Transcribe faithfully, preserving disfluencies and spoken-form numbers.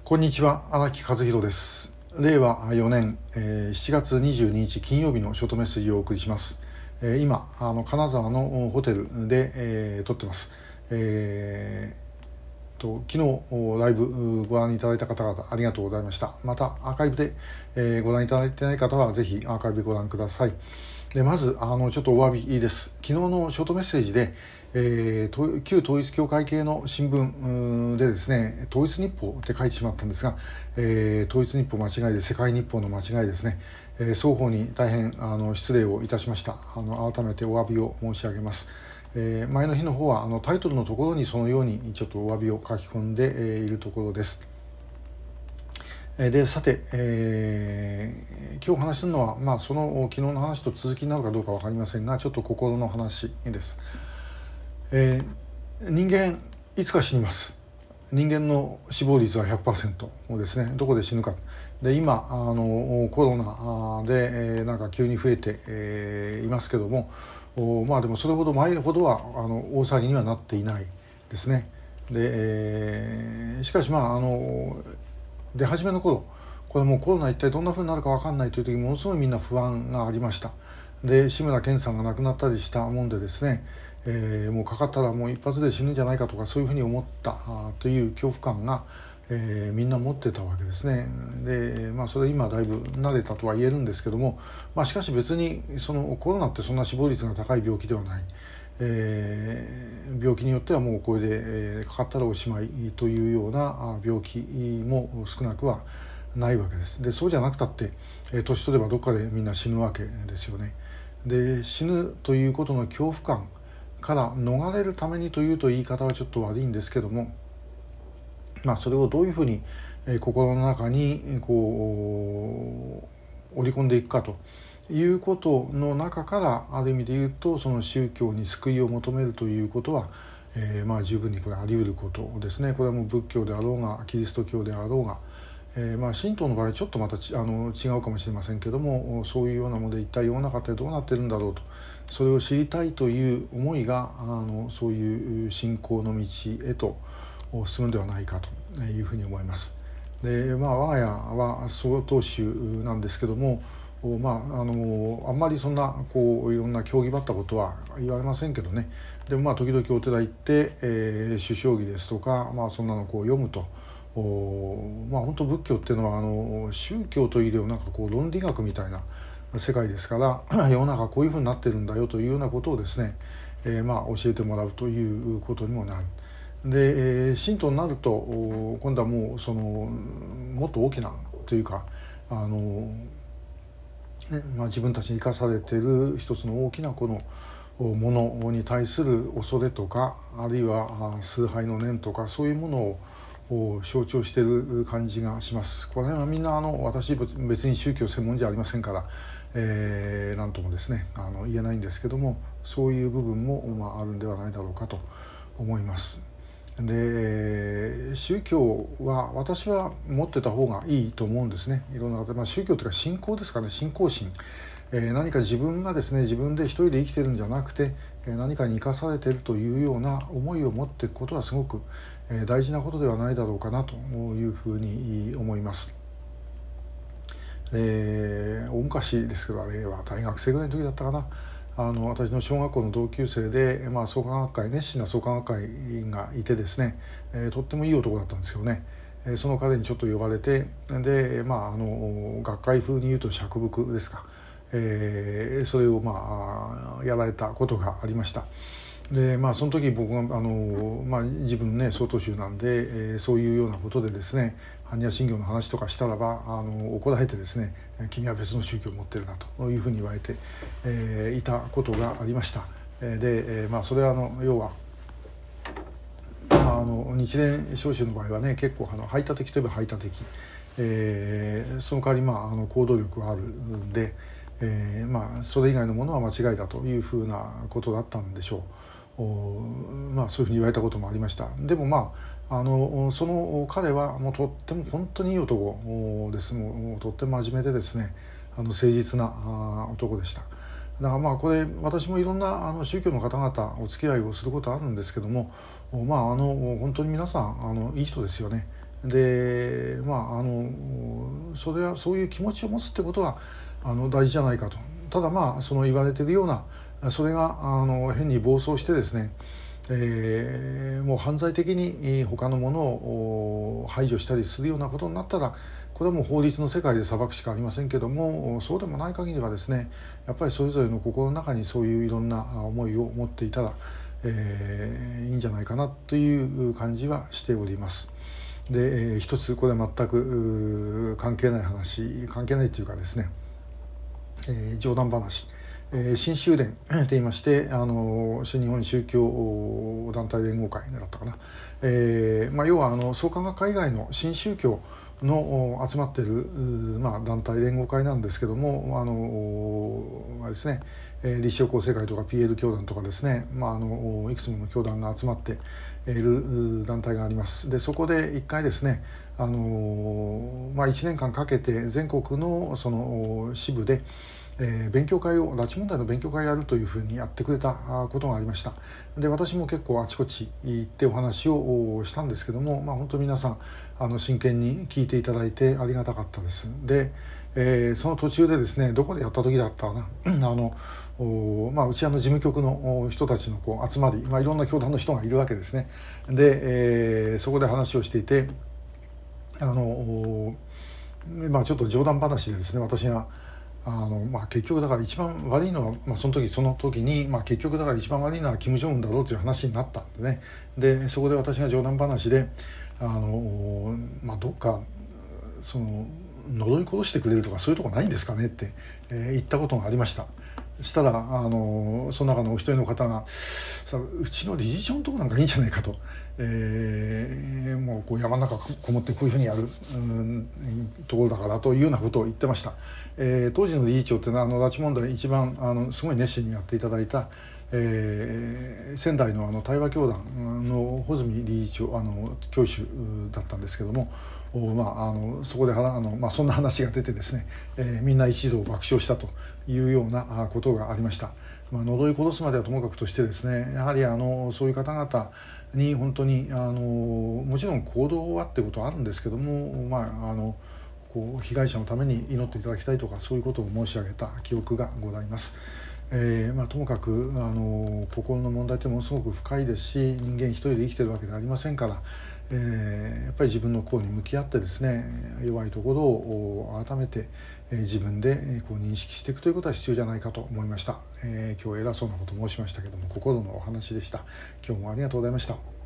こんにちは、荒木和弘です。れいわよねん、えー、しちがつにじゅうににち金曜日のショートメッセージをお送りします。えー、今あの金沢のホテルで、えー、撮ってます。えー、と昨日ライブご覧いただいた方々ありがとうございました。またアーカイブで、えー、ご覧いただいてない方はぜひアーカイブご覧ください。でまずあのちょっとお詫びです。昨日のショートメッセージで、えー、旧統一教会系の新聞でですね、統一日報って書いてしまったんですが、えー、統一日報間違いで世界日報の間違いですね、えー、双方に大変あの失礼をいたしました。あの改めてお詫びを申し上げます。えー、前の日の方はあのタイトルのところにそのようにちょっとお詫びを書き込んで、えー、いるところです。でさて、えー、今日お話しするのは、まあ、その昨日の話と続きになるかどうか分かりませんが、ちょっと心の話です。えー、人間いつか死にます。人間の死亡率は ひゃくパーセント ですね。どこで死ぬか。で今あのコロナで、えー、なんか急に増えて、えー、いますけども、まあでもそれほど前ほどはあの大騒ぎにはなっていないですね。で、えー、しかしまああの出始めの頃、これもうコロナ一体どんな風になるか分かんないという時、ものすごいみんな不安がありました。で志村けんさんが亡くなったりしたもんでですね、えー、もうかかったらもう一発で死ぬんじゃないかとか、そういうふうに思ったという恐怖感が、えー、みんな持ってたわけですね。で、まあ、それ今だいぶ慣れたとは言えるんですけども、まあ、しかし別にそのコロナってそんな死亡率が高い病気ではない。えー、病気によってはもうこれで、えー、かかったらおしまいというような病気も少なくはないわけです。でそうじゃなくたって、えー、年取ればどっかでみんな死ぬわけですよね。で死ぬということの恐怖感から逃れるためにというと言い方はちょっと悪いんですけども、まあ、それをどういうふうに、えー、心の中にこう織り込んでいくかということの中から、ある意味で言うとその宗教に救いを求めるということは、えー、まあ十分にこれあり得ることですね。これはもう仏教であろうがキリスト教であろうが、えー、まあ神道の場合ちょっとまたあの違うかもしれませんけども、そういうようなもので一体世の中ってどうなってるんだろうと、それを知りたいという思いがあのそういう信仰の道へと進むんではないかというふうに思います。でまあ我が家は曹洞宗なんですけども、まあ、あのあんまりそんなこういろんな教義ばったことは言われませんけどね。でもまあ時々お寺行って、えー、主将棋ですとか、まあ、そんなのこう読むと、まあ本当仏教っていうのはあの宗教というよりはなんかこう論理学みたいな世界ですから、世の中こういうふうになってるんだよというようなことをですね、えー、まあ教えてもらうということにもなる。で、えー、神道になると今度はもうそのもっと大きなというかあのねまあ、自分たちに生かされている一つの大きなこのものに対する恐れとか、あるいは崇拝の念とか、そういうものを象徴している感じがします。この辺はみんなあの私別に宗教専門じゃありませんから、えー、何ともですねあの言えないんですけども、そういう部分も、まあ、あるんではないだろうかと思います。で宗教は私は持ってた方がいいと思うんですね。いろんな方、まあ、宗教というか信仰ですかね。信仰心、えー、何か自分がですね自分で一人で生きてるんじゃなくて、えー、何かに生かされているというような思いを持っていくことはすごく、えー、大事なことではないだろうかなというふうに思います。えー、大昔ですけど、あれは大学生ぐらいの時だったかな。あの私の小学校の同級生で、まあ、創価学会熱心な創価学会がいてですね、えー、とってもいい男だったんですよね。えー、その彼にちょっと呼ばれて、で、まあ、あの学会風に言うと釈伏ですか、えー、それをまあやられたことがありました。でまあその時僕があの、まあ、自分ね曹洞宗なんで、えー、そういうようなことでですね般若心経の話とかしたらばあの怒られてですね、君は別の宗教を持ってるなというふうに言われて、えー、いたことがありました。で、えー、まあそれはあの要はあの日蓮召集の場合はね結構あの排他的といえば排他的、えー、その代わりまああの行動力があるんで、えー、まあそれ以外のものは間違いだというふうなことだったんでしょう。まあそういうふうに言われたこともありました。でもまああのその彼はもうとっても本当にいい男です。もうとっても真面目でですねあの誠実な男でした。だからまあこれ私もいろんなあの宗教の方々お付き合いをすることあるんですけども、まああの本当に皆さんあのいい人ですよね。 でまああのそれはそういう気持ちを持つってことはあの大事じゃないかと。ただまあその言われているようなそれがあの変に暴走してですね、えー、もう犯罪的に他のものを排除したりするようなことになったら、これはもう法律の世界で裁くしかありませんけども、そうでもない限りはですね、やっぱりそれぞれの心の中にそういういろんな思いを持っていたら、えー、いいんじゃないかなという感じはしております。で、えー、一つこれは全く関係ない話、関係ないというかですね、えー、冗談話、えー、新宗伝と言いまして、あの新日本宗教団体連合会だったかな、えーまあ、要はあの創価学会以外の新宗教の集まっている、まあ、団体連合会なんですけども、あのあれですね、立正厚生会とか ピーエル 教団とかですね、まあ、あのいくつもの教団が集まっている団体があります。でそこで一回ですね、あの、まあ、いちねんかんかけて全国のその支部でえー、勉強会を拉致問題の勉強会をやるというふうにやってくれたことがありました。で私も結構あちこち行ってお話をしたんですけども、まあ、本当皆さんあの真剣に聞いていただいてありがたかったです。で、えー、その途中でですね、どこでやった時だったかなあの、まあ、うちあの事務局の人たちのこう集まり、まあ、いろんな教団の人がいるわけですね。で、えー、そこで話をしていて、あの、まあ、ちょっと冗談話でですね、私があのまあ、結局だから一番悪いのは、まあ、その時その時に、まあ、結局だから一番悪いのは金正恩だろうという話になったんでね。でそこで私が冗談話であの、まあ、どっかその呪い殺してくれるとかそういうとこないんですかねって、えー、言ったことがありました。したらあのその中のお一人の方がさ、うちの理事長のとこなんかいいんじゃないかと、えー、もうこう山の中こもってこういうふうにやる、うん、ところだからというようなことを言ってました。えー、当時の理事長っていうのはあの拉致問題一番あのすごい熱心にやっていただいた、えー、仙台のあの対話教団の穂積理事長あの教主だったんですけども、まあ、あのそこであの、まあ、そんな話が出てですね、えー、みんな一同爆笑したというようなことがありました。まあ、呪い殺すまではともかくとしてですね、やはりあのそういう方々に本当にあのもちろん行動はってことはあるんですけども、まああのこう被害者のために祈っていただきたいとかそういうことを申し上げた記憶がございます。えーまあ、ともかくあの心の問題ってものすごく深いですし、人間一人で生きてるわけではありませんから、えー、やっぱり自分の心に向き合ってですね、弱いところを改めて自分でこう認識していくということは必要じゃないかと思いました。えー、今日偉そうなこと申しましたけども、心のお話でした。今日もありがとうございました。